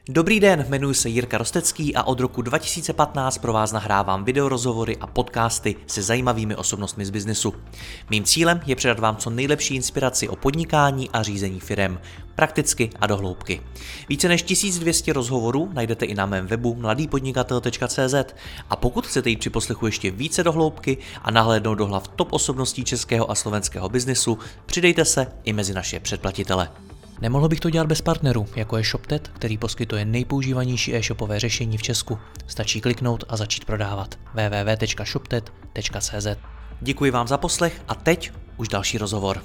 Dobrý den, jmenuji se Jirka Rostecký a od roku 2015 pro vás nahrávám videorozhovory a podcasty se zajímavými osobnostmi z biznesu. Mým cílem je předat vám co nejlepší inspiraci o podnikání a řízení firem, prakticky a do hloubky. Více než 1200 rozhovorů najdete i na mém webu mladýpodnikatel.cz a pokud chcete jít při poslechu ještě více do hloubky a nahlédnout do hlav top osobností českého a slovenského biznesu, přidejte se i mezi naše předplatitele. Nemohl bych to dělat bez partnerů, jako je ShopTet, který poskytuje nejpoužívanější e-shopové řešení v Česku. Stačí kliknout a začít prodávat. www.shoptet.cz. Děkuji vám za poslech a teď už další rozhovor.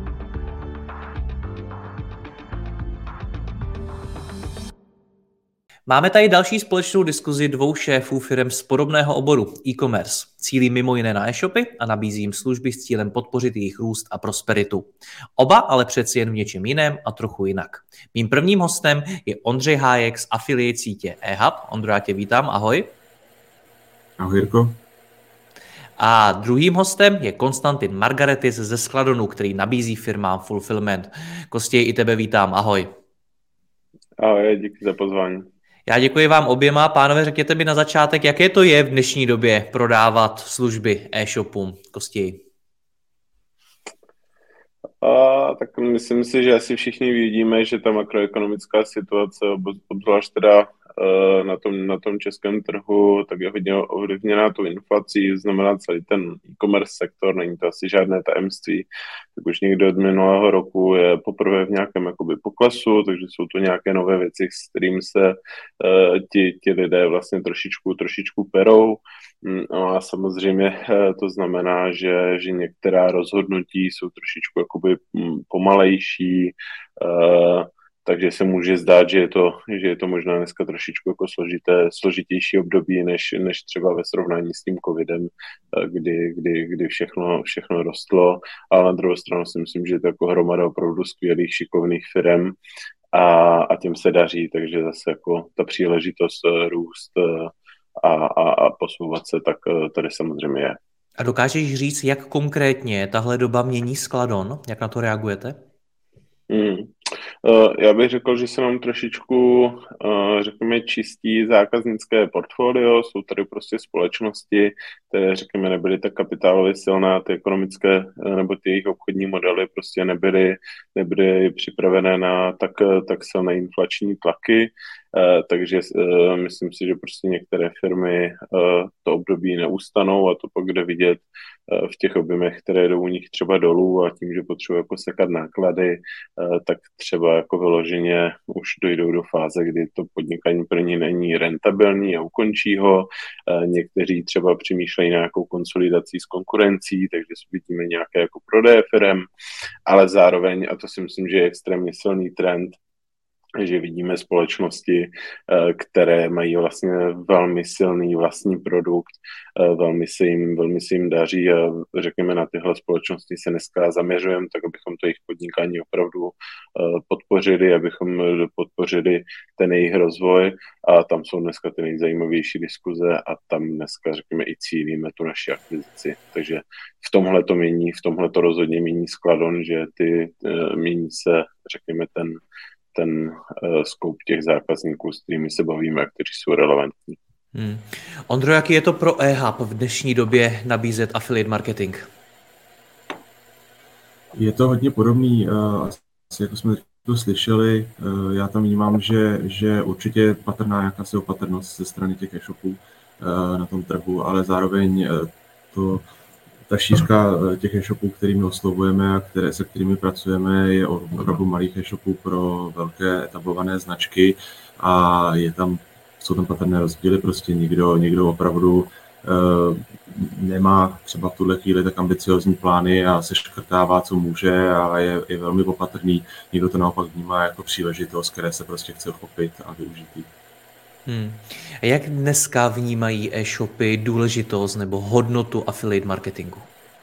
Máme tady další společnou diskuzi dvou šéfů firem z podobného oboru e-commerce. Cílí mimo jiné na e-shopy a nabízí jim služby s cílem podpořit jejich růst a prosperitu. Oba ale přeci jen v něčem jiném a trochu jinak. Mým prvním hostem je Ondřej Hájek z affiliate sítě eHub. Ondro, já tě vítám, ahoj. Ahoj, Jirko. A druhým hostem je Konstantin Margaretis ze Skladonu, který nabízí firmám fulfillment. Kostě, i tebe vítám, ahoj. Ahoj, díky za pozvání. Já děkuji vám oběma. Pánové, řekněte mi na začátek, jaké to je v dnešní době prodávat služby e-shopům. Kostěj. Tak myslím si, že asi všichni vidíme, že ta makroekonomická situace, obzvlášť teda na tom českém trhu, tak je hodně ovlivněná tou inflací, znamená celý ten e-commerce sektor, není to asi žádné tajemství, tak už někdy od minulého roku je poprvé v nějakém jakoby poklesu, takže jsou to nějaké nové věci, s kterým se ti lidé vlastně trošičku perou. No a samozřejmě to znamená, že některá rozhodnutí jsou trošičku jakoby pomalejší, takže se může zdát, že je to možná dneska trošičku jako složitější období, než třeba ve srovnání s tím covidem, kdy všechno rostlo, ale na druhou stranu si myslím, že je to jako hromada opravdu skvělých, šikovných firem a těm se daří, takže zase jako ta příležitost růst a posouvat se, tak tady samozřejmě je. A dokážeš říct, jak konkrétně tahle doba mění Skladon? Jak na to reagujete? Já bych řekl, že se nám trošičku, řekněme, čistí zákaznické portfolio. Jsou tady prostě společnosti, které, řekněme, nebyly tak kapitálově silné, ty ekonomické nebo ty jejich obchodní modely prostě nebyly připravené na tak silné inflační tlaky. Takže myslím si, že prostě některé firmy to období neustanou a to pak jde vidět v těch objemech, které jdou u nich třeba dolů a tím, že potřebují jako sekat náklady, tak třeba jako vyloženě už dojdou do fáze, kdy to podnikání pro ně není rentabilní a ukončí ho. Někteří třeba přemýšlejí nějakou konsolidací s konkurencí, takže vidíme nějaké jako prodeje firem, ale zároveň, a to si myslím, že je extrémně silný trend, že vidíme společnosti, které mají vlastně velmi silný vlastní produkt, velmi se jim daří a řekněme na tyhle společnosti se dneska zaměřujeme, tak abychom to jejich podnikání opravdu podpořili, abychom podpořili ten jejich rozvoj a tam jsou dneska ty nejzajímavější diskuze a tam dneska řekněme i cílíme tu naši akvizici. Takže v tomhle to rozhodně mění Skladon, že mění se řekněme ten scope těch zákazníků, s kterými se bavíme a kteří jsou relevantní. Ondro, jaký je to pro eHub v dnešní době nabízet affiliate marketing? Je to hodně podobný, asi jako jsme to slyšeli, já tam vnímám, že určitě je patrná jakási opatrnost ze strany těch e-shopů na tom trhu, ale zároveň ta šířka těch e-shopů, kterými oslovujeme a se kterými pracujeme, je opravdu malých e-shopů pro velké etablované značky a jsou tam patrné rozdíly, prostě někdo opravdu nemá třeba v tuhle chvíli tak ambiciozní plány a se škrtává, co může a je velmi opatrný. Někdo to naopak vnímá jako příležitost, které se prostě chce uchopit a využít. A jak dneska vnímají e-shopy důležitost nebo hodnotu affiliate marketingu?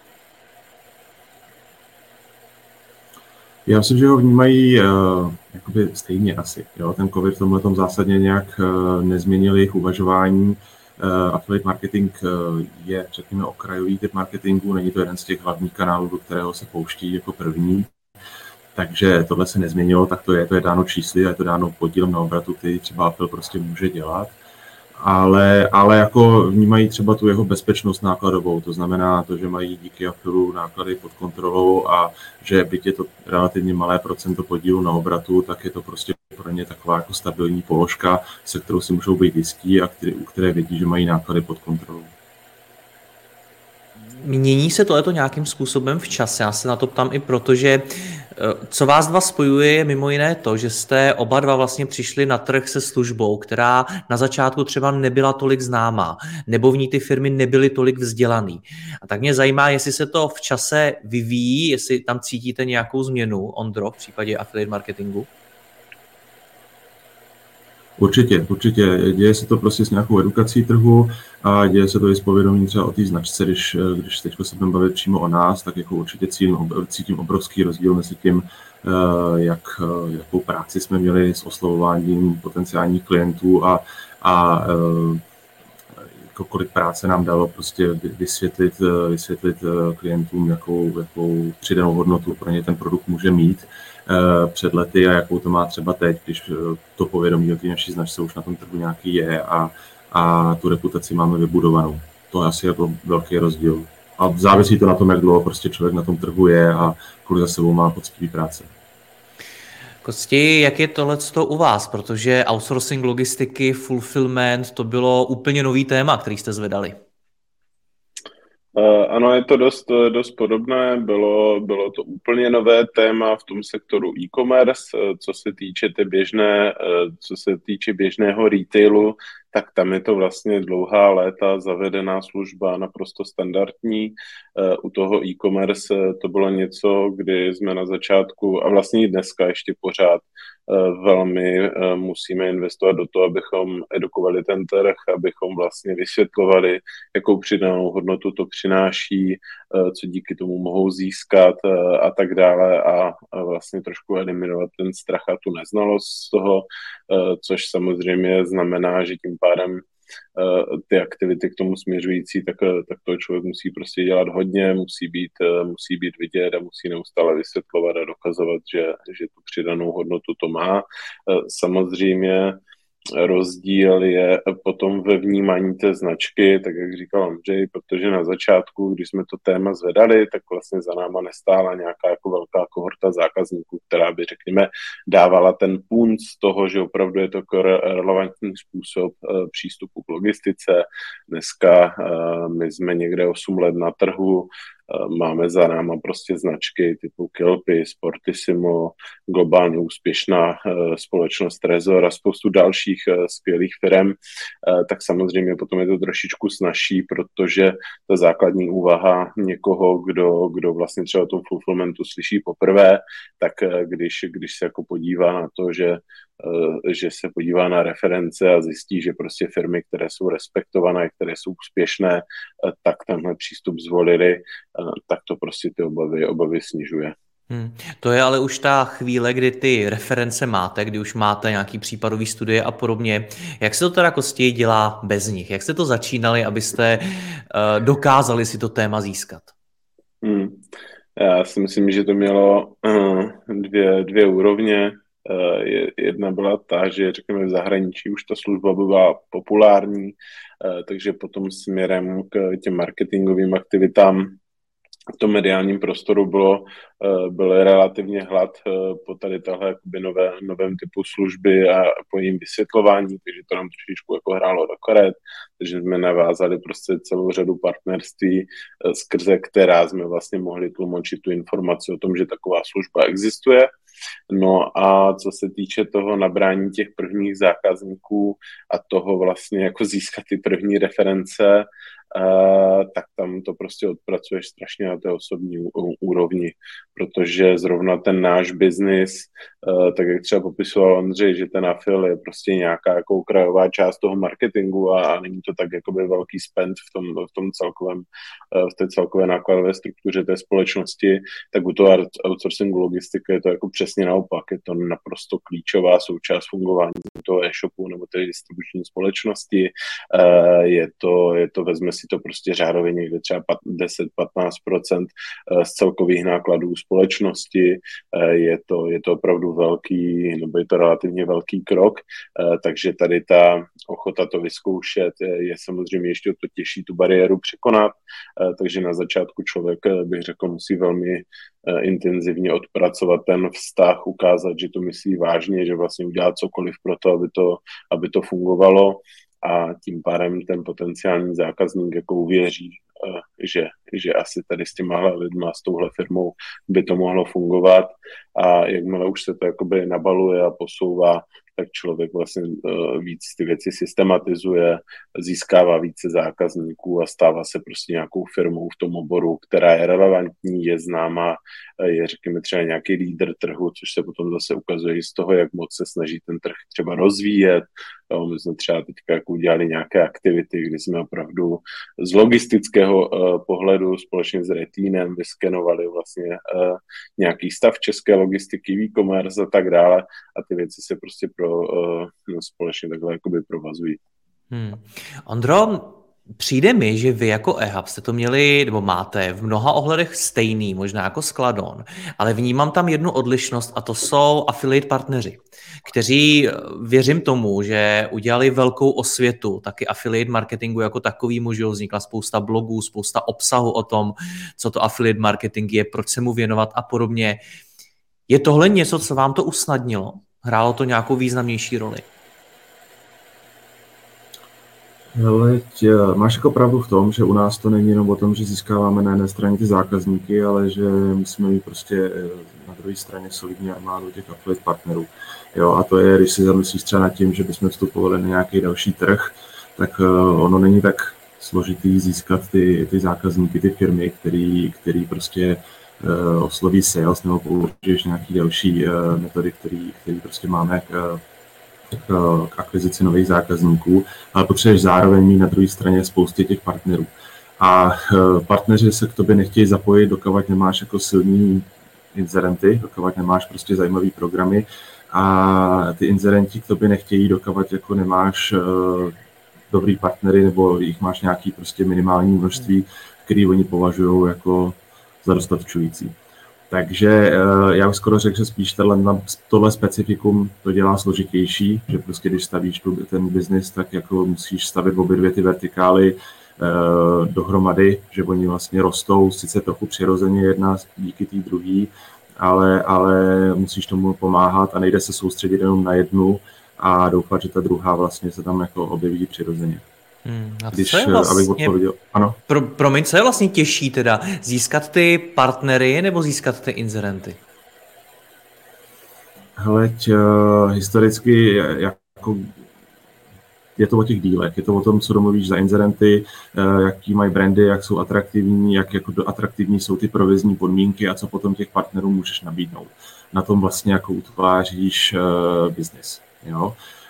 Já myslím, že ho vnímají jakoby stejně asi. Jo? Ten COVID v tomhletom zásadně nějak nezměnil jejich uvažování. Affiliate marketing je, řekněme, okrajový typ marketingu, není to jeden z těch hlavních kanálů, do kterého se pouští jako první. Takže tohle se nezměnilo, tak to je dáno čísly a je to dáno podílem na obratu, který třeba Apple prostě může dělat. Ale jako vnímají třeba tu jeho bezpečnost nákladovou, to znamená to, že mají díky Apple náklady pod kontrolou a že byť je to relativně malé procento podílu na obratu, tak je to prostě pro ně taková jako stabilní položka, se kterou si můžou být jistí a u které vědí, že mají náklady pod kontrolou. Mění se tohleto nějakým způsobem v čase? Já se na to ptám i proto, že co vás dva spojuje je mimo jiné to, že jste oba dva vlastně přišli na trh se službou, která na začátku třeba nebyla tolik známá, nebo v ní ty firmy nebyly tolik vzdělaný. A tak mě zajímá, jestli se to v čase vyvíjí, jestli tam cítíte nějakou změnu, Ondro, v případě affiliate marketingu? Určitě. Děje se to prostě s nějakou edukací trhu a děje se to i s povědomím třeba o té značce, když teď se budeme bavit přímo o nás, tak jako určitě cítím obrovský rozdíl mezi tím, jakou práci jsme měli s oslovováním potenciálních klientů a kolik práce nám dalo prostě vysvětlit klientům, jakou přidanou hodnotu pro ně ten produkt může mít před lety a jakou to má třeba teď, když to povědomí o té naší značce už na tom trhu nějaký je a tu reputaci máme vybudovanou. To je asi jako velký rozdíl. A závisí to na tom, jak dlouho prostě člověk na tom trhu je a kolik za sebou má poctivý práce. Kosti, jak je tohleto u vás? Protože outsourcing logistiky, fulfillment, to bylo úplně nový téma, který jste zvedali. Ano, je to dost podobné. Bylo to úplně nové téma v tom sektoru e-commerce, co se týče běžného retailu, tak tam je to vlastně dlouhá léta zavedená služba, naprosto standardní. U toho e-commerce to bylo něco, kdy jsme na začátku, a vlastně i dneska ještě pořád, velmi musíme investovat do toho, abychom edukovali ten trh, abychom vlastně vysvětlovali, jakou přidanou hodnotu to přináší, co díky tomu mohou získat a tak dále a vlastně trošku eliminovat ten strach a tu neznalost z toho, což samozřejmě znamená, že tím pádem ty aktivity k tomu směřující, tak to člověk musí prostě dělat hodně, musí být vidět a musí neustále vysvětlovat a dokazovat, že tu přidanou hodnotu to má. Samozřejmě rozdíl je potom ve vnímání té značky, tak jak říkal Ondřej, protože na začátku, když jsme to téma zvedali, tak vlastně za náma nestála nějaká jako velká kohorta zákazníků, která by, řekněme, dávala ten punc z toho, že opravdu je to relevantní způsob přístupu k logistice. Dneska my jsme někde 8 let na trhu, máme za náma prostě značky typu Kelpie, Sportissimo, globálně úspěšná společnost Trezor a spoustu dalších skvělých firm, tak samozřejmě potom je to trošičku snazší, protože ta základní úvaha někoho, kdo vlastně třeba o tom fulfillmentu slyší poprvé, tak když se jako podívá na to, že se podívá na reference a zjistí, že prostě firmy, které jsou respektované, které jsou úspěšné, tak tenhle přístup zvolili, tak to prostě ty obavy snižuje. To je ale už ta chvíle, kdy ty reference máte, kdy už máte nějaký případový studie a podobně. Jak se to teda, Kosti, dělá bez nich? Jak jste to začínali, abyste dokázali si to téma získat? Já si myslím, že to mělo dvě úrovně. Jedna byla ta, že řekněme v zahraničí už ta služba byla populární, takže potom směrem k těm marketingovým aktivitám v tom mediálním prostoru byl relativně hlad po tady tahle novém typu služby a po jejím vysvětlování, takže to nám trošičku jako hrálo do karet, takže jsme navázali prostě celou řadu partnerství, skrze která jsme vlastně mohli tlumočit tu informaci o tom, že taková služba existuje. No a co se týče toho nabrání těch prvních zákazníků a toho vlastně jako získat ty první reference, tak tam to prostě odpracuješ strašně na té osobní úrovni, protože zrovna ten náš biznis, tak jak třeba popisoval Ondřej, že ten affiliate je prostě nějaká jako okrajová část toho marketingu a není to tak jakoby velký spend v té celkové nákladové struktuře té společnosti, tak u toho outsourcingu logistiky je to jako přesně naopak, je to naprosto klíčová součást fungování toho e-shopu nebo té distribuční společnosti, je to vezme si si to prostě řádově někde třeba 10-15% z celkových nákladů společnosti. Je to opravdu velký, nebo je to relativně velký krok, takže tady ta ochota to vyzkoušet je samozřejmě ještě o to těžší tu bariéru překonat, takže na začátku člověk, bych řekl, musí velmi intenzivně odpracovat ten vztah, ukázat, že to myslí vážně, že vlastně udělá cokoliv pro to, aby to fungovalo, a tím pádem ten potenciální zákazník jako uvěří, že asi tady s těma lidma, s touhle firmou by to mohlo fungovat, a jakmile už se to jakoby nabaluje a posouvá, tak člověk vlastně víc ty věci systematizuje, získává více zákazníků a stává se prostě nějakou firmou v tom oboru, která je relevantní, je známá, je, řekněme, třeba nějaký lídr trhu, což se potom zase ukazuje z toho, jak moc se snaží ten trh třeba rozvíjet. My jsme třeba teďka jako udělali nějaké aktivity, kdy jsme opravdu z logistického pohledu společně s Retínem vyskenovali vlastně nějaký stav české logistiky, e-commerce a tak dále, a ty věci se prostě společně takhle jakoby provazují. Ondro, přijde mi, že vy jako eHub jste to měli, nebo máte v mnoha ohledech stejný, možná jako Skladon, ale vnímám tam jednu odlišnost, a to jsou affiliate partneři, kteří, věřím tomu, že udělali velkou osvětu taky affiliate marketingu jako takovýmu, že vznikla spousta blogů, spousta obsahu o tom, co to affiliate marketing je, proč se mu věnovat a podobně. Je tohle něco, co vám to usnadnilo? Hrálo to nějakou významnější roli? Ale máš jako pravdu v tom, že u nás to není jenom o tom, že získáváme na jedné straně ty zákazníky, ale že musíme mít prostě na druhé straně solidní armádu těch affiliate partnerů. Jo, a to je, když si zamyslíš třeba nad tím, že bychom vstupovali na nějaký další trh, tak ono není tak složitý získat ty zákazníky, ty firmy, který prostě osloví sales nebo použiješ nějaký další metody, který prostě máme k akvizici nových zákazníků, ale potřebuješ zároveň mít na druhé straně spoustě těch partnerů. A partneři se k tobě nechtějí zapojit, dokud nemáš jako silní inzerenty, dokud nemáš prostě zajímavý programy, a ty inzerenti k tobě nechtějí, dokud jako nemáš dobrý partnery, nebo jich máš nějaký prostě minimální množství, který oni považují jako za dostačující. Takže já bych skoro řekl, že spíš tohle specifikum to dělá složitější, že prostě když stavíš ten biznis, tak jako musíš stavit obě dvě ty vertikály dohromady, že oni vlastně rostou, sice trochu přirozeně jedna díky té druhé, ale musíš tomu pomáhat a nejde se soustředit jenom na jednu a doufat, že ta druhá vlastně se tam jako objeví přirozeně. Abych odpověděl, ano. Promiň, co je vlastně těžší teda? Získat ty partnery nebo získat ty inzerenty? Hleď, historicky jako je to o těch dílech, je to o tom, co domluvíš za inzerenty, jaký mají brandy, jak jsou atraktivní, jak jako atraktivní jsou ty provizní podmínky a co potom těch partnerů můžeš nabídnout. Na tom vlastně jako utváříš biznis, jo.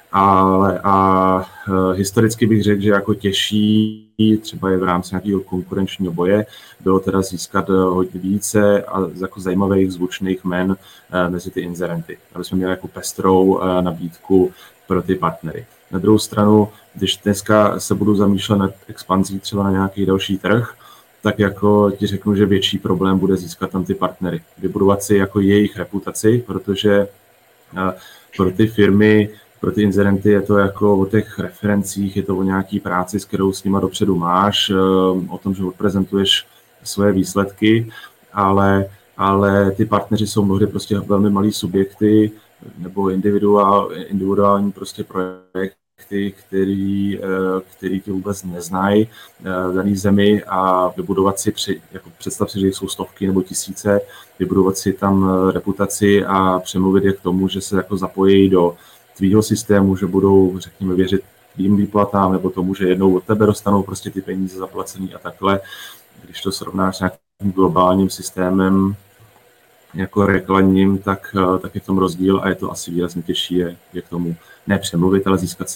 A historicky bych řekl, že jako těžší, třeba je v rámci nějakého konkurenčního boje, bylo teda získat hodně více a jako zajímavých zvučných jmen mezi ty inzerenty, aby jsme měli jako pestrou nabídku pro ty partnery. Na druhou stranu, když dneska se budu zamýšlet nad expanzí třeba na nějaký další trh, tak jako ti řeknu, že větší problém bude získat tam ty partnery. Vybudovat si jako jejich reputaci, protože pro ty firmy, pro ty inzerenty je to jako o těch referencích, je to o nějaký práci, s kterou s nima dopředu máš, o tom, že odprezentuješ svoje výsledky, ale ty partneři jsou mnohdy prostě velmi malý subjekty nebo individuální prostě projekty, který tě vůbec neznají v dané zemi, a vybudovat si, jako představ si, že jsou stovky nebo tisíce, vybudovat si tam reputaci a přemluvit je k tomu, že se jako zapojí do tvýho systému, že budou, řekněme, věřit tvým výplatám nebo tomu, že jednou od tebe dostanou prostě ty peníze zaplacený a takhle. Když to srovnáš s nějakým globálním systémem jako reklamním, tak je v tom rozdíl a je to asi výrazně těžší je k tomu nepřemluvit, ale získat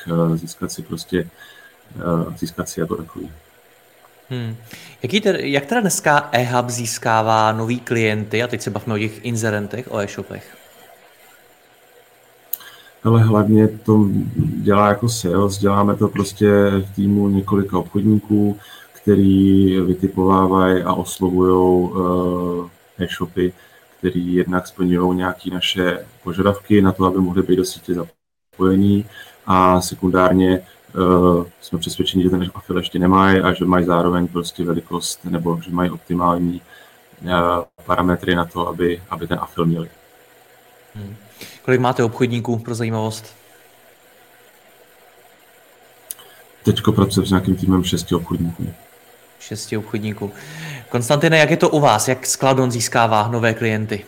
si jako takový. Jak teda dneska eHub získává nový klienty, a teď se bavíme o těch inzerentech, o e-shopech? Ale hlavně to dělá jako sales, děláme to prostě v týmu několika obchodníků, který vytipovávají a oslovují e-shopy, který jednak splňují nějaké naše požadavky na to, aby mohli být do sítě zapojení, a sekundárně jsme přesvědčeni, že ten afil ještě nemají a že mají zároveň prostě velikost, nebo že mají optimální parametry na to, aby ten afil měli. Kolik máte obchodníků, pro zajímavost? Teďko pracujeme s nějakým týmem 6 obchodníků. 6 obchodníků. Konstantine, jak je to u vás? Jak Skladon získává nové klienty?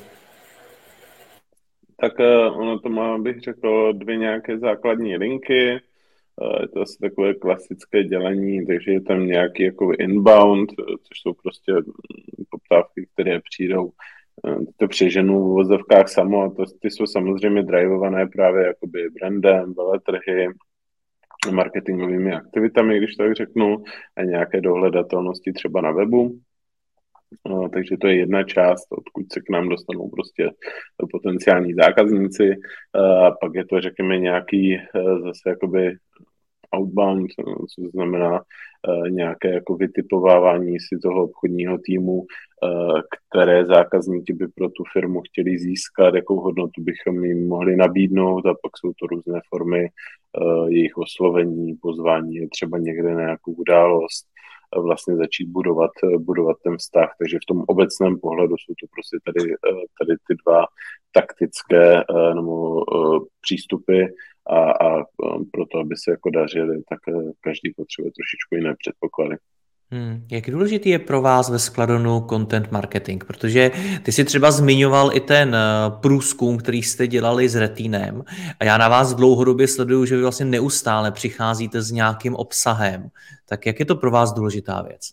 Tak ono to má, bych řekl, 2 nějaké základní linky. Je to asi takové klasické dělení, takže je tam nějaký jako inbound, což jsou prostě poptávky, které přijdou, to přeženu v uvozovkách samo, a ty jsou samozřejmě drivované právě jakoby brandem, veletrhy, marketingovými aktivitami, když tak řeknu, a nějaké dohledatelnosti třeba na webu. Takže to je jedna část, odkud se k nám dostanou prostě potenciální zákazníci. Pak je to, řekněme, nějaký zase jakoby outbound, co znamená nějaké jako vytipovávání si toho obchodního týmu, které zákazníky by pro tu firmu chtěli získat, jakou hodnotu bychom jim mohli nabídnout, a pak jsou to různé formy jejich oslovení, pozvání třeba někde na nějakou událost, vlastně začít budovat ten vztah. Takže v tom obecném pohledu jsou to prostě tady ty 2 taktické nebo přístupy, a proto, aby se jako dařili, tak každý potřebuje trošičku jiné předpoklady. Jak důležitý je pro vás ve Skladonu content marketing? Protože ty si třeba zmiňoval i ten průzkum, který jste dělali s Retinem, a já na vás dlouhodobě sleduju, že vy vlastně neustále přicházíte s nějakým obsahem. Tak jak je to pro vás důležitá věc?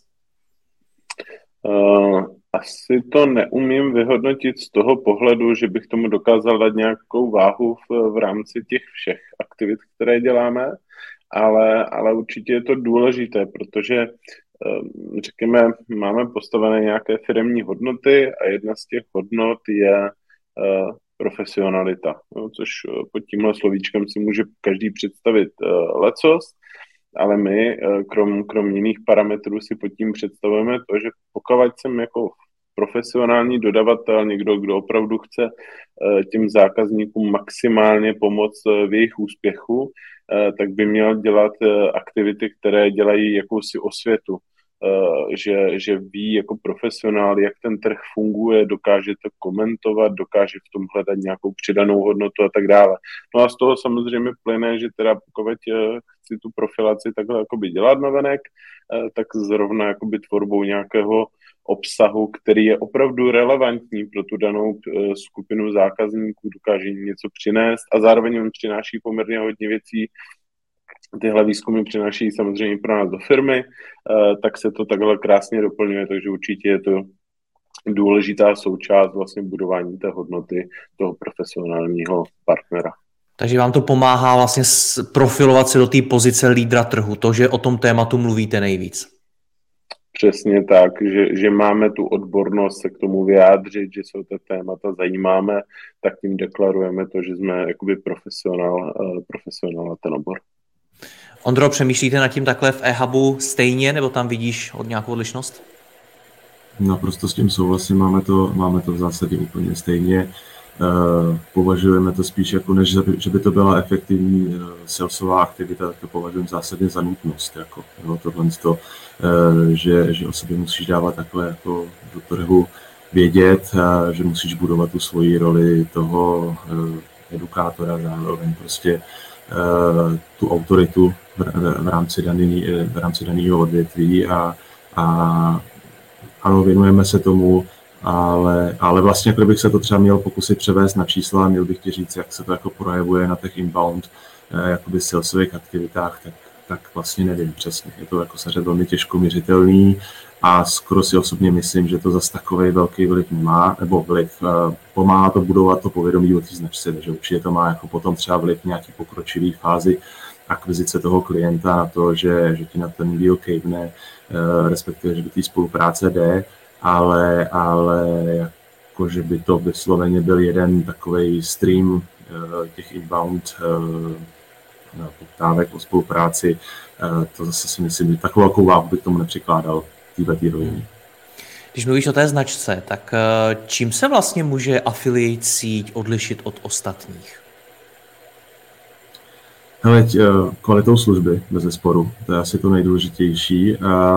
Asi to neumím vyhodnotit z toho pohledu, že bych tomu dokázal dát nějakou váhu v rámci těch všech aktivit, které děláme, ale určitě je to důležité, protože řekněme, máme postavené nějaké firemní hodnoty a jedna z těch hodnot je profesionalita, což pod tímhle slovíčkem si může každý představit lecos, ale my, krom jiných parametrů, si pod tím představujeme to, že pokud jsem jako profesionální dodavatel, někdo, kdo opravdu chce těm zákazníkům maximálně pomoct v jejich úspěchu, tak by měl dělat aktivity, které dělají jakousi osvětu, že ví jako profesionál, jak ten trh funguje, dokáže to komentovat, dokáže v tom hledat nějakou přidanou hodnotu a tak dále. No a z toho samozřejmě plyne, že teda pokud chci tu profilaci takhle jakoby dělat navenek, tak zrovna jakoby tvorbou nějakého obsahu, který je opravdu relevantní pro tu danou skupinu zákazníků, dokáže jim něco přinést a zároveň on přináší poměrně hodně věcí. Tyhle výzkumy přináší samozřejmě pro nás do firmy, tak se to takhle krásně doplňuje, takže určitě je to důležitá součást vlastně budování té hodnoty toho profesionálního partnera. Takže vám to pomáhá vlastně profilovat se do té pozice lídra trhu, to, že o tom tématu mluvíte nejvíc. Přesně tak, že máme tu odbornost se k tomu vyjádřit, že se o té témata zajímáme, tak tím deklarujeme to, že jsme jakoby profesionál na ten obor. Ondro, přemýšlíte nad tím takhle v eHubu stejně, nebo tam vidíš od nějakou odlišnost? Naprosto s tím souhlasím, máme to v zásadě úplně stejně. Považujeme to spíš jako, než že by to byla efektivní salesová aktivita, tak to považujeme zásadně za nutnost. Jako, že o sobě musíš dávat takhle jako do trhu vědět, že musíš budovat tu svoji roli toho edukátora, zároveň prostě tu autoritu v rámci daného odvětví a ano, věnujeme se tomu, ale vlastně, kdybych se to třeba měl pokusit převést na čísla, měl bych ti říct, jak se to jako projevuje na těch inbound jakoby salesových aktivitách, tak vlastně nevím přesně. Je to jako samozřejmě velmi těžko měřitelný a skoro si osobně myslím, že to zase takovej velký vliv nemá, nebo pomáhá to budovat to povědomí o té značce, takže určitě to má jako potom třeba vliv v nějaký pokročilý fázi akvizice toho klienta na to, že ti na ten deal kejvne, respektive, že by té spolupráce jde, ale jako, že by to vysloveně byl jeden takovej stream těch inbound poptávek o spolupráci, to zase si myslím, že takovou velkou váhu bych tomu nepřikládal v této rovině. Když mluvíš o té značce, tak čím se vlastně může affiliate síť odlišit od ostatních? Hele, kvalitou služby, bezesporu, to je asi to nejdůležitější.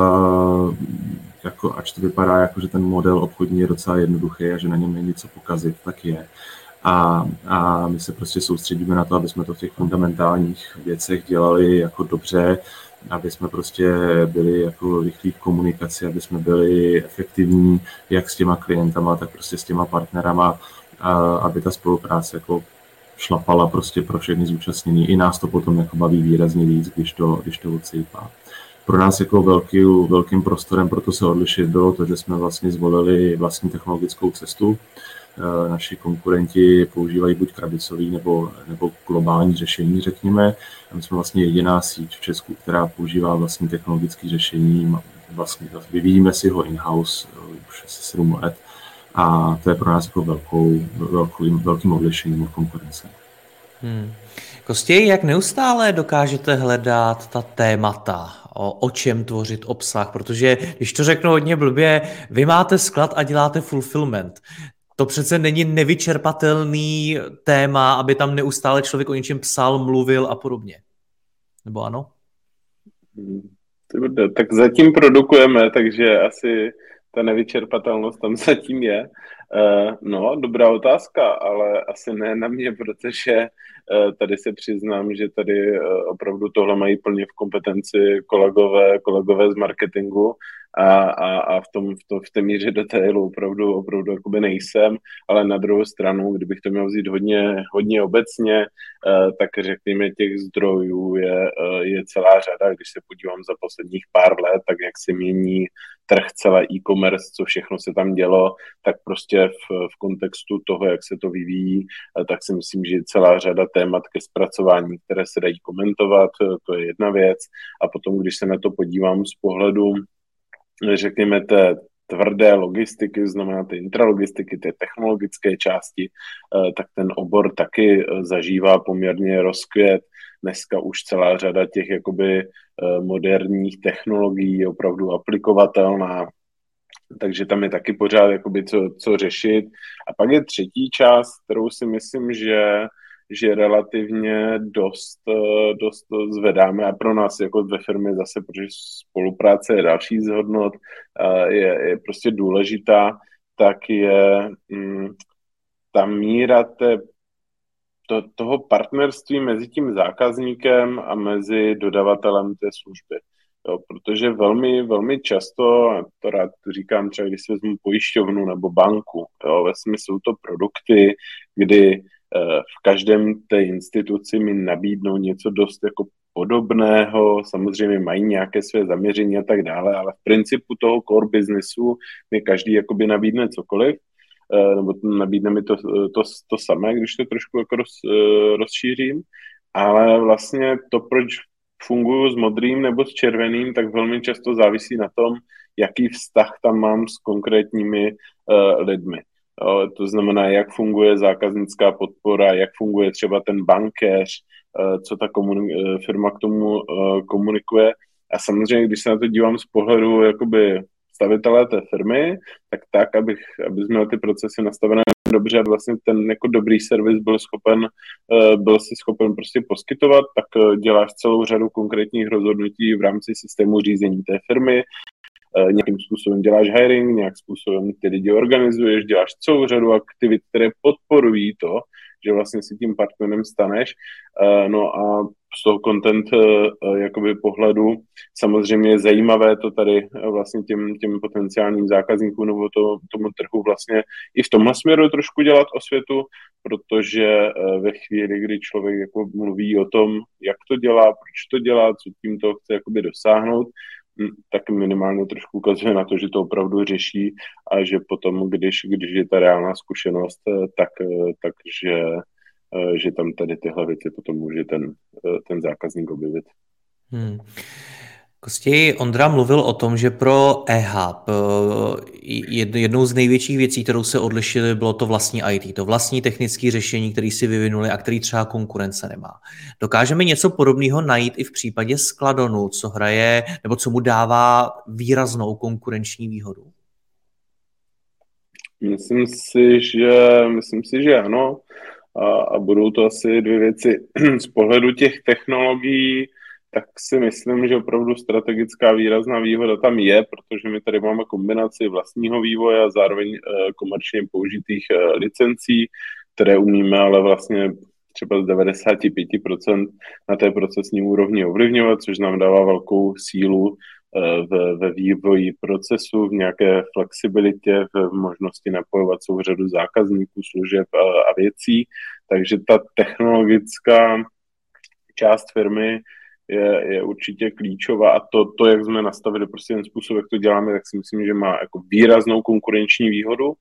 Jako, ač to vypadá jako, že ten model obchodní je docela jednoduchý a že na něm není co pokazit, tak je. A my se prostě soustředíme na to, aby jsme to v těch fundamentálních věcech dělali jako dobře, aby jsme prostě byli jako rychlí v komunikaci, aby jsme byli efektivní jak s těma klientama, tak prostě s těma partnerama, aby ta spolupráce jako šlapala prostě pro všechny zúčastnění. I nás to potom jako baví výrazně víc, když to odsejpá. Pro nás jako velkým prostorem pro to se odlišit bylo to, že jsme vlastně zvolili vlastní technologickou cestu. Naši konkurenti používají buď krabicový nebo globální řešení, řekněme. A my jsme vlastně jediná síť v Česku, která používá vlastní technologické řešení. Vlastně vyvíjíme si ho in-house už asi 7 let. A to je pro nás jako velkým odlišením od konkurence. Kostěj, jak neustále dokážete hledat ta témata, o čem tvořit obsah? Protože, když to řeknu hodně blbě, vy máte sklad a děláte fulfillment. To přece není nevyčerpatelný téma, aby tam neustále člověk o něčem psal, mluvil a podobně. Nebo ano? Tak zatím produkujeme, takže asi ta nevyčerpatelnost tam zatím je. No, dobrá otázka, ale asi ne na mě, protože tady se přiznám, že tady opravdu tohle mají plně v kompetenci kolegové z marketingu a v té míře detailu opravdu jakoby nejsem, ale na druhou stranu, kdybych to měl vzít hodně obecně, tak řekněme těch zdrojů je celá řada. Když se podívám za posledních pár let, tak jak se mění trh, celé e-commerce, co všechno se tam dělo, tak prostě v kontextu toho, jak se to vyvíjí, tak si myslím, že je celá řada témat ke zpracování, které se dají komentovat, to je jedna věc. A potom, když se na to podívám z pohledu, řekněme, té tvrdé logistiky, znamená té intralogistiky, té technologické části, tak ten obor taky zažívá poměrně rozkvět. Dneska už celá řada těch jakoby moderních technologií je opravdu aplikovatelná, takže tam je taky pořád jakoby co řešit. A pak je třetí část, kterou si myslím, že relativně dost zvedáme a pro nás jako ve firmě zase, protože spolupráce je další z hodnot, je prostě důležitá, tak je ta míra toho partnerství mezi tím zákazníkem a mezi dodavatelem té služby. Jo, protože velmi, velmi často, to rád říkám třeba, když si vezmu pojišťovnu nebo banku, jo, ve smyslu to produkty, kdy v každém té instituci mi nabídnou něco dost jako podobného, samozřejmě mají nějaké své zaměření a tak dále, ale v principu toho core businessu mi každý jakoby nabídne cokoliv, nebo nabídne mi to samé, když to trošku jako rozšířím, ale vlastně to, proč funguju s modrým nebo s červeným, tak velmi často závisí na tom, jaký vztah tam mám s konkrétními lidmi. To znamená, jak funguje zákaznická podpora, jak funguje třeba ten bankéř, co ta firma k tomu komunikuje. A samozřejmě, když se na to dívám z pohledu jakoby stavitelé té firmy, tak aby jsme ty procesy nastavené dobře, aby vlastně ten jako dobrý servis byl si schopen prostě poskytovat, tak děláš celou řadu konkrétních rozhodnutí v rámci systému řízení té firmy, nějakým způsobem děláš hiring, nějakým způsobem ty lidi organizuješ, děláš celou řadu aktivit, které podporují to, že vlastně si tím partnerem staneš. No a z toho content jakoby pohledu samozřejmě je zajímavé to tady vlastně těm potenciálním zákazníkům nebo tomu trhu vlastně i v tomhle směru trošku dělat osvětu, protože ve chvíli, kdy člověk jako mluví o tom, jak to dělá, proč to dělá, co tím to chce jakoby dosáhnout, tak minimálně trošku ukazuje na to, že to opravdu řeší a že potom, když je ta reálná zkušenost, že tam tady tyhle věci potom může ten zákazník objevit. Kosti, Ondra mluvil o tom, že pro eHub jednou z největších věcí, kterou se odlišili, bylo to vlastní IT, to vlastní technické řešení, které si vyvinuli a který třeba konkurence nemá. Dokážeme něco podobného najít i v případě Skladonu, co hraje, nebo co mu dává výraznou konkurenční výhodu? Myslím si, že ano. A budou to asi dvě věci. Z pohledu těch technologií, tak si myslím, že opravdu strategická výrazná výhoda tam je, protože my tady máme kombinaci vlastního vývoje a zároveň komerčně použitých licencí, které umíme ale vlastně třeba z 95% na té procesní úrovni ovlivňovat, což nám dává velkou sílu ve vývoji procesu, v nějaké flexibilitě, v možnosti napojovat celou řadu zákazníků, služeb a věcí. Takže ta technologická část firmy je určitě klíčová a to, jak jsme nastavili prostě ten způsob, jak to děláme, tak si myslím, že má jako výraznou konkurenční výhodu.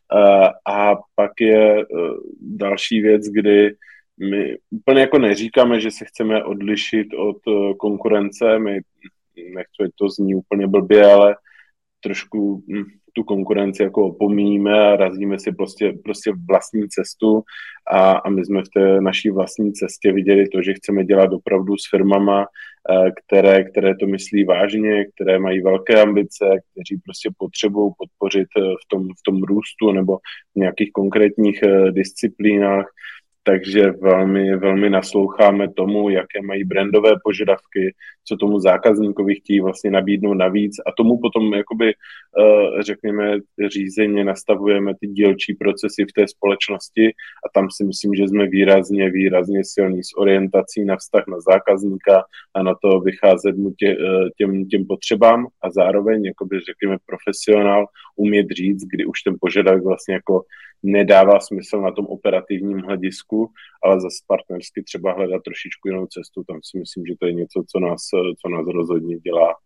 A pak je další věc, kdy my úplně jako neříkáme, že se chceme odlišit od konkurence, my nechci, to zní úplně blbě, ale trošku tu konkurenci jako opomíníme a razíme si prostě vlastní cestu a my jsme v té naší vlastní cestě viděli to, že chceme dělat opravdu s firmama, které to myslí vážně, které mají velké ambice, kteří prostě potřebují podpořit v tom růstu nebo v nějakých konkrétních disciplínách. Takže velmi, velmi nasloucháme tomu, jaké mají brandové požadavky, co tomu zákazníkovi chtějí vlastně nabídnout navíc a tomu potom jakoby, řekněme, řízeně nastavujeme ty dílčí procesy v té společnosti a tam si myslím, že jsme výrazně silní s orientací na vztah na zákazníka a na to vycházet mu těm potřebám a zároveň, jakoby, řekněme, profesionál umět říct, kdy už ten požadavek vlastně jako nedává smysl na tom operativním hledisku, ale zase partnersky třeba hledat trošičku jinou cestu. Tam si myslím, že to je něco, co nás rozhodně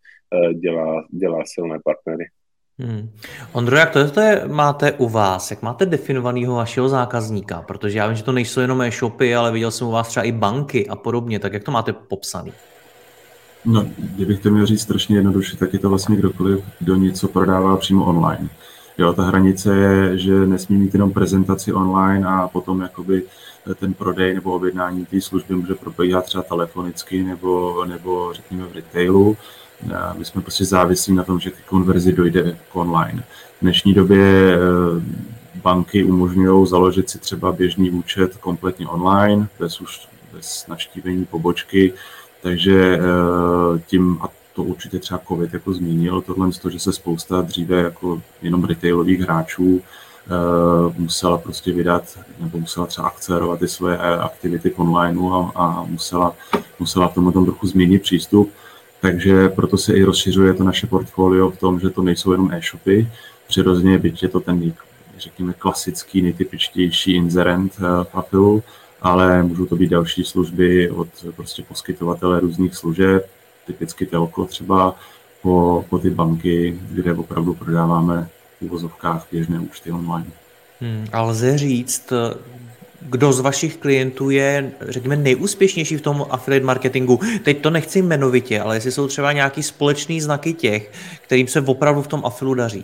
dělá silné partnery. Ondro, jak to máte u vás? Jak máte definovanýho vašeho zákazníka? Protože já vím, že to nejsou jenom e-shopy, ale viděl jsem u vás třeba i banky a podobně. Tak jak to máte popsaný? No, kdybych to měl říct strašně jednoduše, tak je to vlastně kdokoliv, kdo něco prodává přímo online. Jo, ta hranice je, že nesmí mít jenom prezentaci online a potom jakoby ten prodej nebo objednání té služby může probíhat třeba telefonicky nebo řekněme v retailu. My jsme prostě závislí na tom, že k konverzi dojde k online. V dnešní době banky umožňují založit si třeba běžný účet kompletně online, bez navštívení pobočky, takže tím, a to určitě třeba COVID jako zmínil, tohle, že se spousta dříve jako jenom retailových hráčů musela prostě vydat, nebo musela třeba akcelerovat ty svoje aktivity v onlineu a musela k tomu trochu změnit přístup. Takže proto se i rozšiřuje to naše portfolio v tom, že to nejsou jenom e-shopy. Přirozeně, byť je to ten, řekněme, klasický, nejtypičtější inzerent v Afilu, ale můžou to být další služby od prostě poskytovatele různých služeb, typicky telko třeba, po ty banky, kde opravdu prodáváme v uvozovkách běžné účty online. A lze říct, kdo z vašich klientů je, řekněme, nejúspěšnější v tom affiliate marketingu? Teď to nechci jmenovitě, ale jestli jsou třeba nějaký společný znaky těch, kterým se opravdu v tom affilu daří.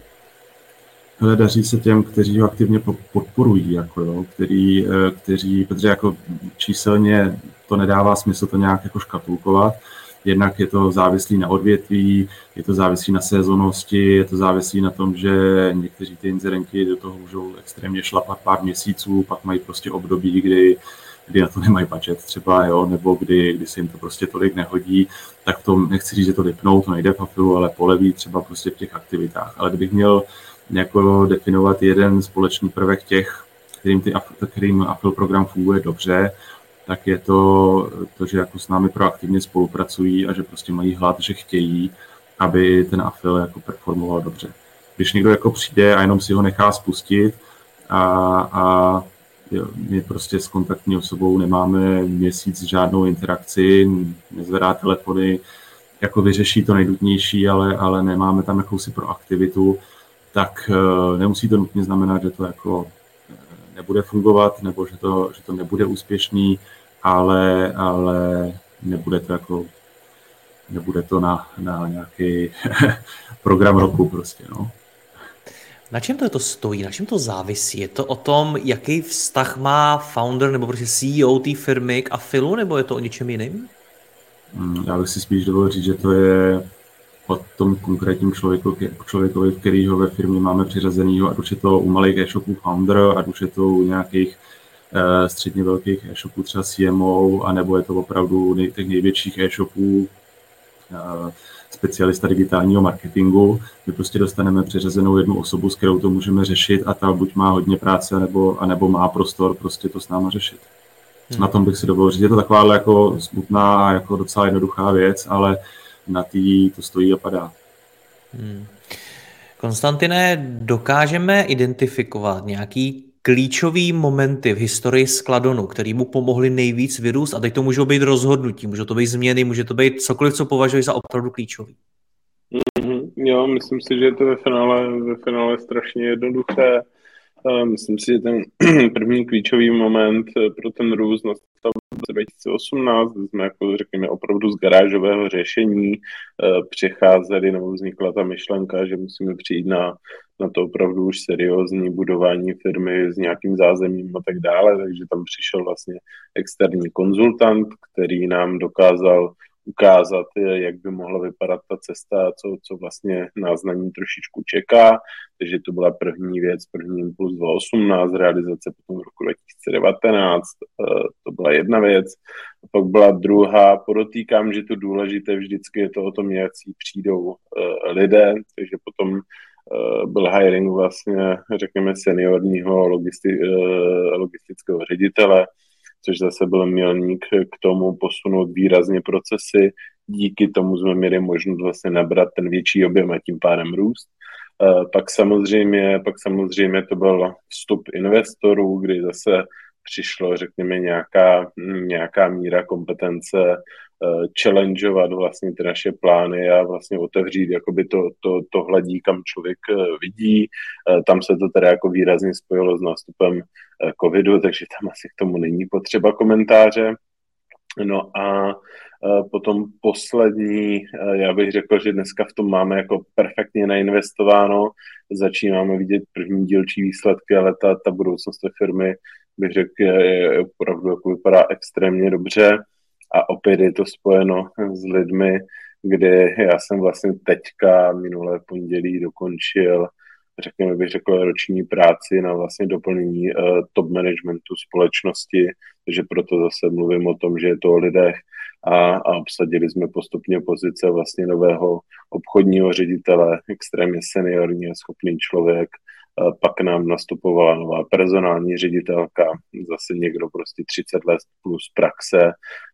Ale daří se těm, kteří ho aktivně podporují, jako jo, kteří, protože jako číselně to nedává smysl to nějak jako škatulkovat. Jednak je to závislý na odvětví, je to závislý na sezónnosti, je to závislý na tom, že někteří ty inzerenti do toho můžou extrémně šlapat pár měsíců, pak mají prostě období, kdy na to nemají budget třeba, jo, nebo kdy se jim to prostě tolik nehodí, tak to nechci říct, že to vypnou, to nejde v Afilu, ale poleví třeba prostě v těch aktivitách. Ale kdybych měl jako definovat jeden společný prvek těch, kterým Afil program funguje dobře, tak je to, že jako s námi proaktivně spolupracují a že prostě mají hlad, že chtějí, aby ten Afil jako performoval dobře. Když někdo jako přijde a jenom si ho nechá spustit a my prostě s kontaktní osobou nemáme měsíc žádnou interakci, nezvedá telefony, jako vyřeší to nejdutnější, ale nemáme tam jakousi proaktivitu, tak nemusí to nutně znamenat, že to jako nebude fungovat, nebo že to nebude úspěšný, ale nebude to jako nebude to na nějaký program roku prostě, no. Na čem to stojí? Na čem to závisí? Je to o tom, jaký vztah má founder nebo prostě CEO té firmy k afilu, nebo je to o něčem jiným? Já bych si spíš dovolil říct, že to je o tom konkrétním člověkovi, kterýho ve firmě máme přiřazenýho, ať už je to u malých e-shopů founder, ať už je to u nějakých středně velkých e-shopů, třeba CMO, anebo je to opravdu těch největších e-shopů, specialista digitálního marketingu. My prostě dostaneme přiřazenou jednu osobu, s kterou to můžeme řešit a ta buď má hodně práce, anebo má prostor prostě to s náma řešit. Na tom bych si dovolil říct. Je to taková jako smutná, jako docela jednoduchá věc, ale na tý to stojí a padá. Konstantine, dokážeme identifikovat nějaký klíčový momenty v historii Skladonu, který mu pomohly nejvíc vyrůst, a teď to můžou být rozhodnutí, může to být změny, může to být cokoliv, co považuji za opravdu klíčový. Jo, myslím si, že je to ve finále strašně jednoduché. Myslím si, že ten první klíčový moment pro ten růst nastal v 2018, kdy jsme, jako řekněme, opravdu z garážového řešení přecházeli, nebo vznikla ta myšlenka, že musíme přijít na to opravdu už seriózní budování firmy s nějakým zázemím a tak dále, takže tam přišel vlastně externí konzultant, který nám dokázal ukázat, jak by mohla vypadat ta cesta, co vlastně nás na ní trošičku čeká. Takže to byla první věc, první impuls 2018, realizace potom v roku 2019, to byla jedna věc. A pak byla druhá, podotýkám, že to důležité vždycky je to o tom, jak si přijdou lidé, takže potom byl hiring vlastně, řekněme, seniorního logistického ředitele, což zase byl milník k tomu posunout výrazně procesy. Díky tomu jsme měli možnost vlastně nabrat ten větší objem a tím pádem růst. Pak samozřejmě to byl vstup investorů, kdy zase přišlo, řekněme, nějaká míra kompetence challengeovat vlastně ty naše plány a vlastně otevřít jakoby to hledí, kam člověk vidí. Tam se to teda jako výrazně spojilo s nástupem covidu, takže tam asi k tomu není potřeba komentáře. No a potom poslední, já bych řekl, že dneska v tom máme jako perfektně nainvestováno, začínáme vidět první dílčí výsledky, ale ta budoucnost té firmy, bych řekl, je opravdu jako vypadá extrémně dobře a opět je to spojeno s lidmi, kde já jsem vlastně teďka minulé pondělí dokončil, bych řekl, roční práci na vlastně doplnění top managementu společnosti, takže proto zase mluvím o tom, že je to o lidech a obsadili jsme postupně pozice vlastně nového obchodního ředitele, extrémně seniorní a schopný člověk. Pak nám nastupovala nová personální ředitelka, zase někdo prostě 30 let plus praxe,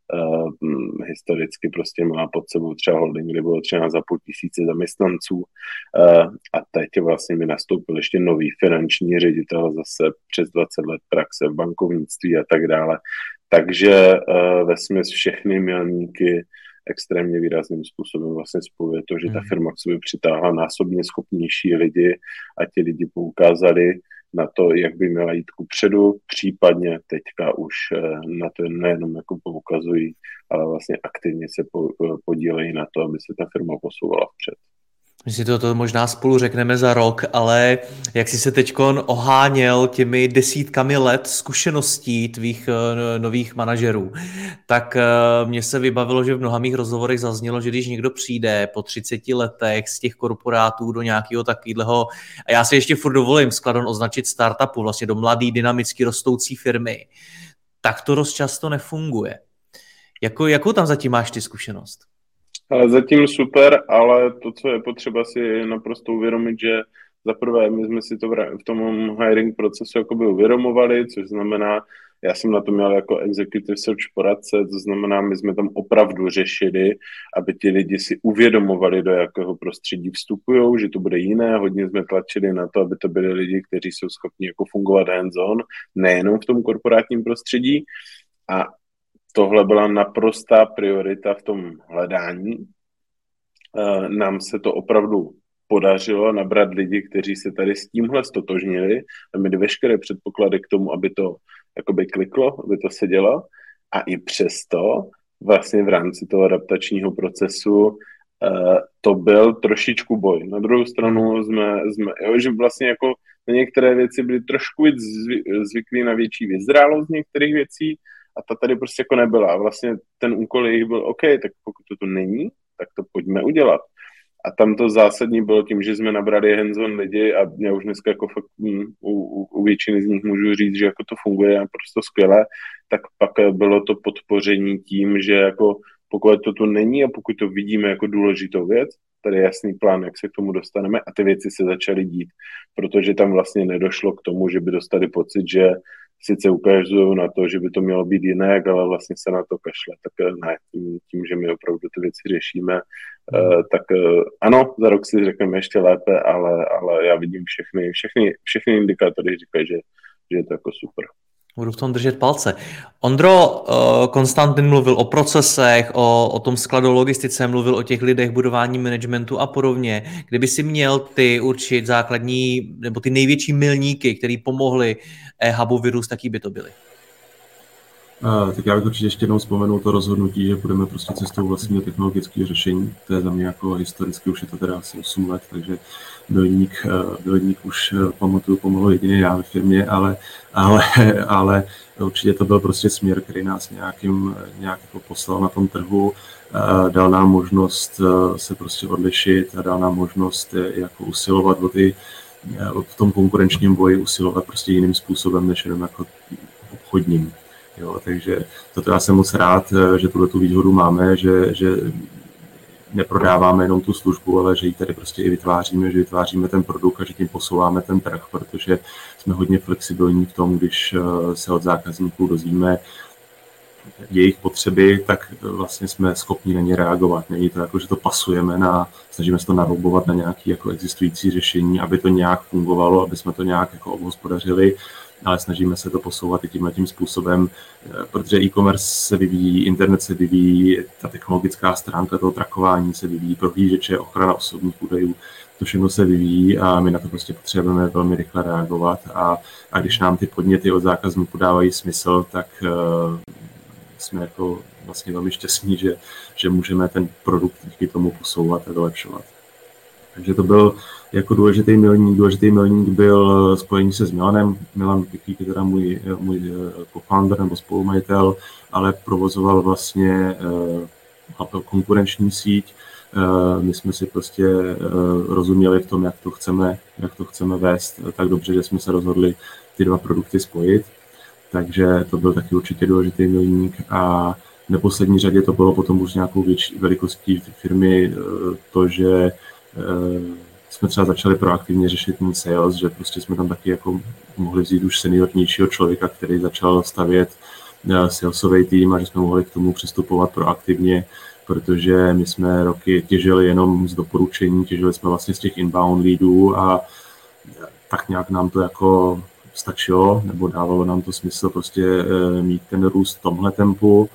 historicky prostě má pod sebou třeba holding, kde bylo 13,5 tisíce zaměstnanců a teď vlastně mi nastoupil ještě nový finanční ředitel, zase přes 20 let praxe v bankovnictví a tak dále. Takže vesměs všechny milníky extrémně výrazným způsobem vlastně spojuje to, že ta firma k sobě přitáhla násobně schopnější lidi a ti lidi poukázali na to, jak by měla jít kupředu, případně teďka už na to nejenom jako poukazují, ale vlastně aktivně se podílejí na to, aby se ta firma posouvala vpřed. My si to možná spolu řekneme za rok, ale jak jsi se teďkon oháněl těmi desítkami let zkušeností tvých nových manažerů, tak mně se vybavilo, že v mnoha mých rozhovorech zaznělo, že když někdo přijde po 30 letech z těch korporátů do nějakého takového, a já si ještě furt dovolím Skladon označit startupu, vlastně do mladý, dynamicky rostoucí firmy, tak to dost často nefunguje. Jakou tam zatím máš ty zkušenost? Ale zatím super, ale to, co je potřeba si naprosto uvědomit, že za prvé my jsme si to v tom hiring procesu jakoby uvědomovali, což znamená, já jsem na to měl jako executive search poradce, to znamená, my jsme tam opravdu řešili, aby ti lidi si uvědomovali, do jakého prostředí vstupují, že to bude jiné, hodně jsme tlačili na to, aby to byli lidi, kteří jsou schopni jako fungovat hands-on, nejenom v tom korporátním prostředí a tohle byla naprostá priorita v tom hledání. Nám se to opravdu podařilo nabrat lidi, kteří se tady s tímhle stotožnili a měli veškeré předpoklady k tomu, aby to jakoby kliklo, aby to sedělo. A i přesto vlastně v rámci toho adaptačního procesu to byl trošičku boj. Na druhou stranu že vlastně jako na některé věci byly trošku víc zvyklí na větší vyzrálost některých věcí a ta tady prostě jako nebyla. A vlastně ten úkol jejich byl OK, tak pokud to tu není, tak to pojďme udělat. A tam to zásadní bylo tím, že jsme nabrali hands-on lidi a já už dneska jako fakt u většiny z nich můžu říct, že jako to funguje naprosto skvěle, tak pak bylo to podpoření tím, že jako pokud to tu není a pokud to vidíme jako důležitou věc, tady je jasný plán, jak se k tomu dostaneme a ty věci se začaly dít, protože tam vlastně nedošlo k tomu, že by dostali pocit, že sice ukazují na to, že by to mělo být jinak, ale vlastně se na to kašle. Tak ne, tím, že my opravdu ty věci řešíme, tak ano, za rok si řekneme ještě lépe, ale já vidím všechny indikátory říkají, že je to jako super. Budu v tom držet palce. Ondro, Konstantin mluvil o procesech, o tom skladu logistice, mluvil o těch lidech, budování managementu a podobně. Kdyby si měl ty určit základní, nebo ty největší milníky, které pomohly eHubu vyrůst, taky by to byly? Tak já bych určitě ještě jednou vzpomenul to rozhodnutí, že půjdeme prostě cestou vlastního technologického řešení. To je za mě jako historicky, už je to teda asi 8 let, takže milník už pamatuju pomalu jediný já ve firmě, ale určitě to byl prostě směr, který nás nějak jako poslal na tom trhu, dal nám možnost se prostě odlišit a dal nám možnost jako usilovat v tom konkurenčním boji usilovat prostě jiným způsobem, než jenom jako obchodním. Jo, takže toto já jsem moc rád, že tu výhodu máme, že neprodáváme jenom tu službu, ale že ji tady prostě i vytváříme, že vytváříme ten produkt a že tím posouváme ten trh, protože jsme hodně flexibilní v tom, když se od zákazníků dozvíme jejich potřeby, tak vlastně jsme schopni na ně reagovat. Není to jako, že to pasujeme snažíme se to naroubovat na nějaké jako existující řešení, aby to nějak fungovalo, aby jsme to nějak jako obhospodařili, ale snažíme se to posouvat i tímhletím způsobem, protože e-commerce se vyvíjí, internet se vyvíjí, ta technologická stránka toho trackování se vyvíjí, prohlížeče, ochrana osobních údajů, to všechno se vyvíjí a my na to prostě potřebujeme velmi rychle reagovat a když nám ty podněty od zákazníků dávají smysl, tak jsme jako vlastně velmi šťastní, že můžeme ten produkt díky tomu posouvat a vylepšovat. Takže to byl jako důležitý milník byl spojení se s Milanem. Milan Piklík je teda můj co-founder nebo spolumajitel, ale provozoval vlastně konkurenční síť. My jsme si prostě rozuměli v tom, jak to chceme vést tak dobře, že jsme se rozhodli ty dva produkty spojit. Takže to byl taky určitě důležitý milník a v neposlední řadě to bylo potom už nějakou větší velikostí firmy to, že jsme třeba začali proaktivně řešit ten sales, že prostě jsme tam taky jako mohli vzít už seniornějšího člověka, který začal stavět salesový tým a že jsme mohli k tomu přistupovat proaktivně, protože my jsme roky těžili jenom z doporučení, těžili jsme vlastně z těch inbound leadů a tak nějak nám to jako stačilo, nebo dávalo nám to smysl prostě mít ten růst v tomhle tempu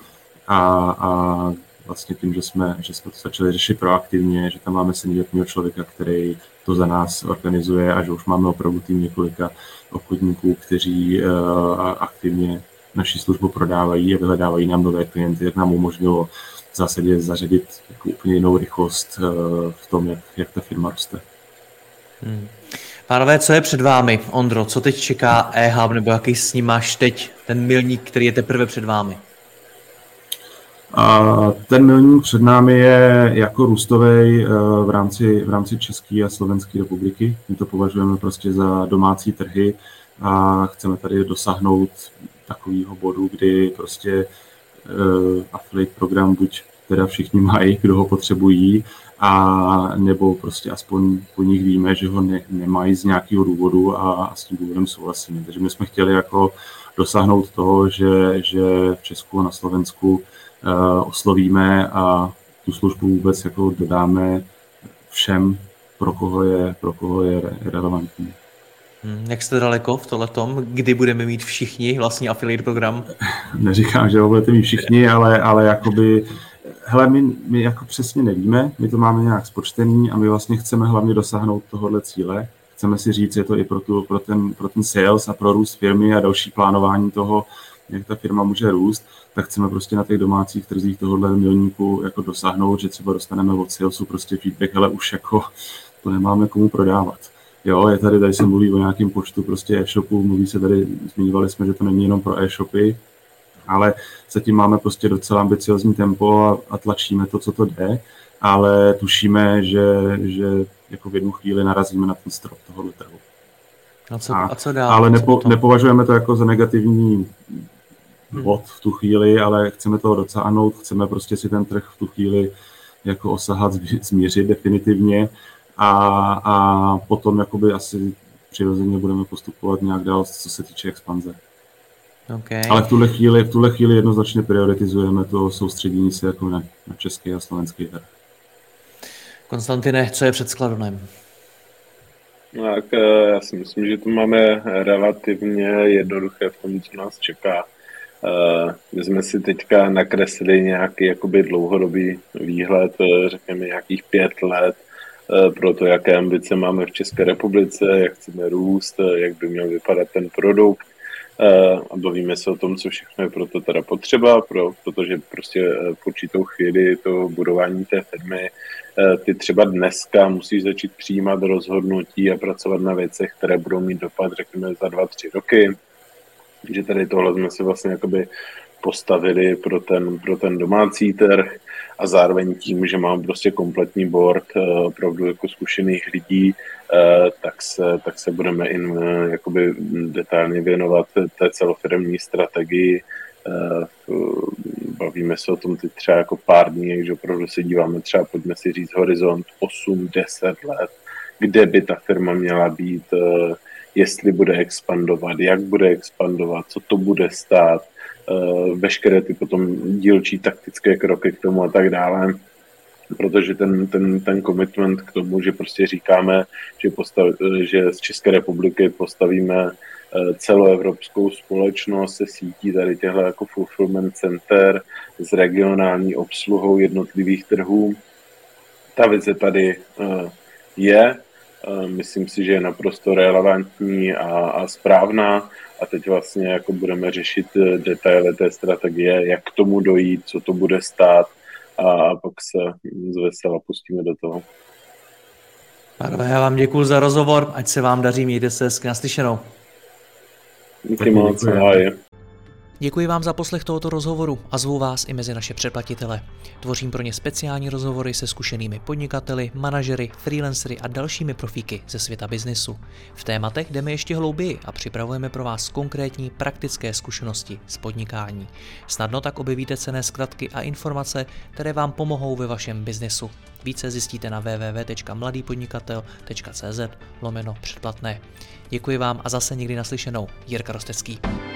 a vlastně tím, že jsme to začali řešit proaktivně, že tam máme seniorního člověka, který to za nás organizuje a že už máme opravdu tým několika obchodníků, kteří aktivně naši službu prodávají a vyhledávají nám nové klienty, jak nám umožnilo v zásadě zařadit jako úplně jinou rychlost v tom, jak ta firma roste. Pánové, co je před vámi? Ondro, co teď čeká eHub, nebo jaký s ním máš teď ten milník, který je teprve před vámi? A ten milník před námi je jako růstový v rámci České a Slovenské republiky. My to považujeme prostě za domácí trhy a chceme tady dosáhnout takového bodu, kdy prostě affiliate program buď teda všichni mají, kdo ho potřebují, a nebo prostě aspoň po nich víme, že ho nemají z nějakého důvodu a s tím důvodem souhlasíme. Takže my jsme chtěli jako dosáhnout toho, že v Česku a na Slovensku oslovíme a tu službu vůbec jako dodáme všem, pro koho je relevantní. Jak jste daleko v tohletom? Kdy budeme mít všichni vlastně affiliate program? Neříkám, že ho budete mít všichni, ale jakoby, hele, my jako přesně nevíme, my to máme nějak spočtený a my vlastně chceme hlavně dosáhnout tohohle cíle. Chceme si říct, je to i pro ten sales a pro růst firmy a další plánování toho, jak ta firma může růst, tak chceme prostě na těch domácích trzích tohohle milníku jako dosáhnout, že třeba dostaneme od salesu prostě feedback, ale už jako to nemáme komu prodávat. Jo, je tady se mluví o nějakém počtu prostě e-shopů, mluví se tady, zmiňovali jsme, že to není jenom pro e-shopy, ale zatím máme prostě docela ambiciozní tempo a tlačíme to, co to jde, ale tušíme, že jako v jednu chvíli narazíme na ten strop tohohle trhu. A co dál? Ale nepovažujeme to jako za negativní bod v tu chvíli, ale chceme toho docáhnout, chceme prostě si ten trh v tu chvíli jako osahat, změřit definitivně a potom jakoby asi přirozeně budeme postupovat nějak dál, co se týče expanze. Okay. Ale v tuhle chvíli jednoznačně prioritizujeme to soustředění se jako na český a slovenský trh. Konstantine, co je před Skladonem? Tak já si myslím, že to máme relativně jednoduché v tom, co nás čeká. My jsme si teďka nakreslili nějaký jakoby dlouhodobý výhled, řekněme nějakých 5 let, pro to, jaké ambice máme v České republice, jak chceme růst, jak by měl vypadat ten produkt. A bavíme se o tom, co všechno je pro to teda potřeba, protože prostě v určitou chvíli to budování té firmy, ty třeba dneska musíš začít přijímat rozhodnutí a pracovat na věcech, které budou mít dopad, řekněme, za 2-3 roky. Že tady tohle jsme si vlastně jakoby postavili pro ten domácí trh a zároveň tím, že mám prostě kompletní board opravdu jako zkušených lidí, tak se budeme jakoby detailně věnovat té celofiremní strategii. Bavíme se o tom teď třeba jako pár dní, že opravdu se díváme třeba, pojďme si říct, horizont 8-10 let, kde by ta firma měla být, jestli bude expandovat, jak bude expandovat, co to bude stát, veškeré ty potom dílčí taktické kroky k tomu a tak dále, protože ten commitment k tomu, že prostě říkáme, že z České republiky postavíme celoevropskou společnost se sítí tady těchto jako fulfillment center s regionální obsluhou jednotlivých trhů. Ta vize tady je, myslím si, že je naprosto relevantní a správná a teď vlastně jako budeme řešit detaily té strategie, jak k tomu dojít, co to bude stát a pak se zvesela pustíme do toho. Pánové, já vám děkuji za rozhovor, ať se vám daří, mějte se hezky, naslyšenou. Díky moc, ahoj. Děkuji vám za poslech tohoto rozhovoru a zvu vás i mezi naše předplatitele. Tvořím pro ně speciální rozhovory se zkušenými podnikateli, manažery, freelancery a dalšími profíky ze světa biznisu. V tématech jdeme ještě hlouběji a připravujeme pro vás konkrétní praktické zkušenosti z podnikání. Snadno tak objevíte cenné zkratky a informace, které vám pomohou ve vašem biznesu. Více zjistíte na www.mladýpodnikatel.cz/předplatné. Děkuji vám a zase někdy naslyšenou. Jirka Rostecký.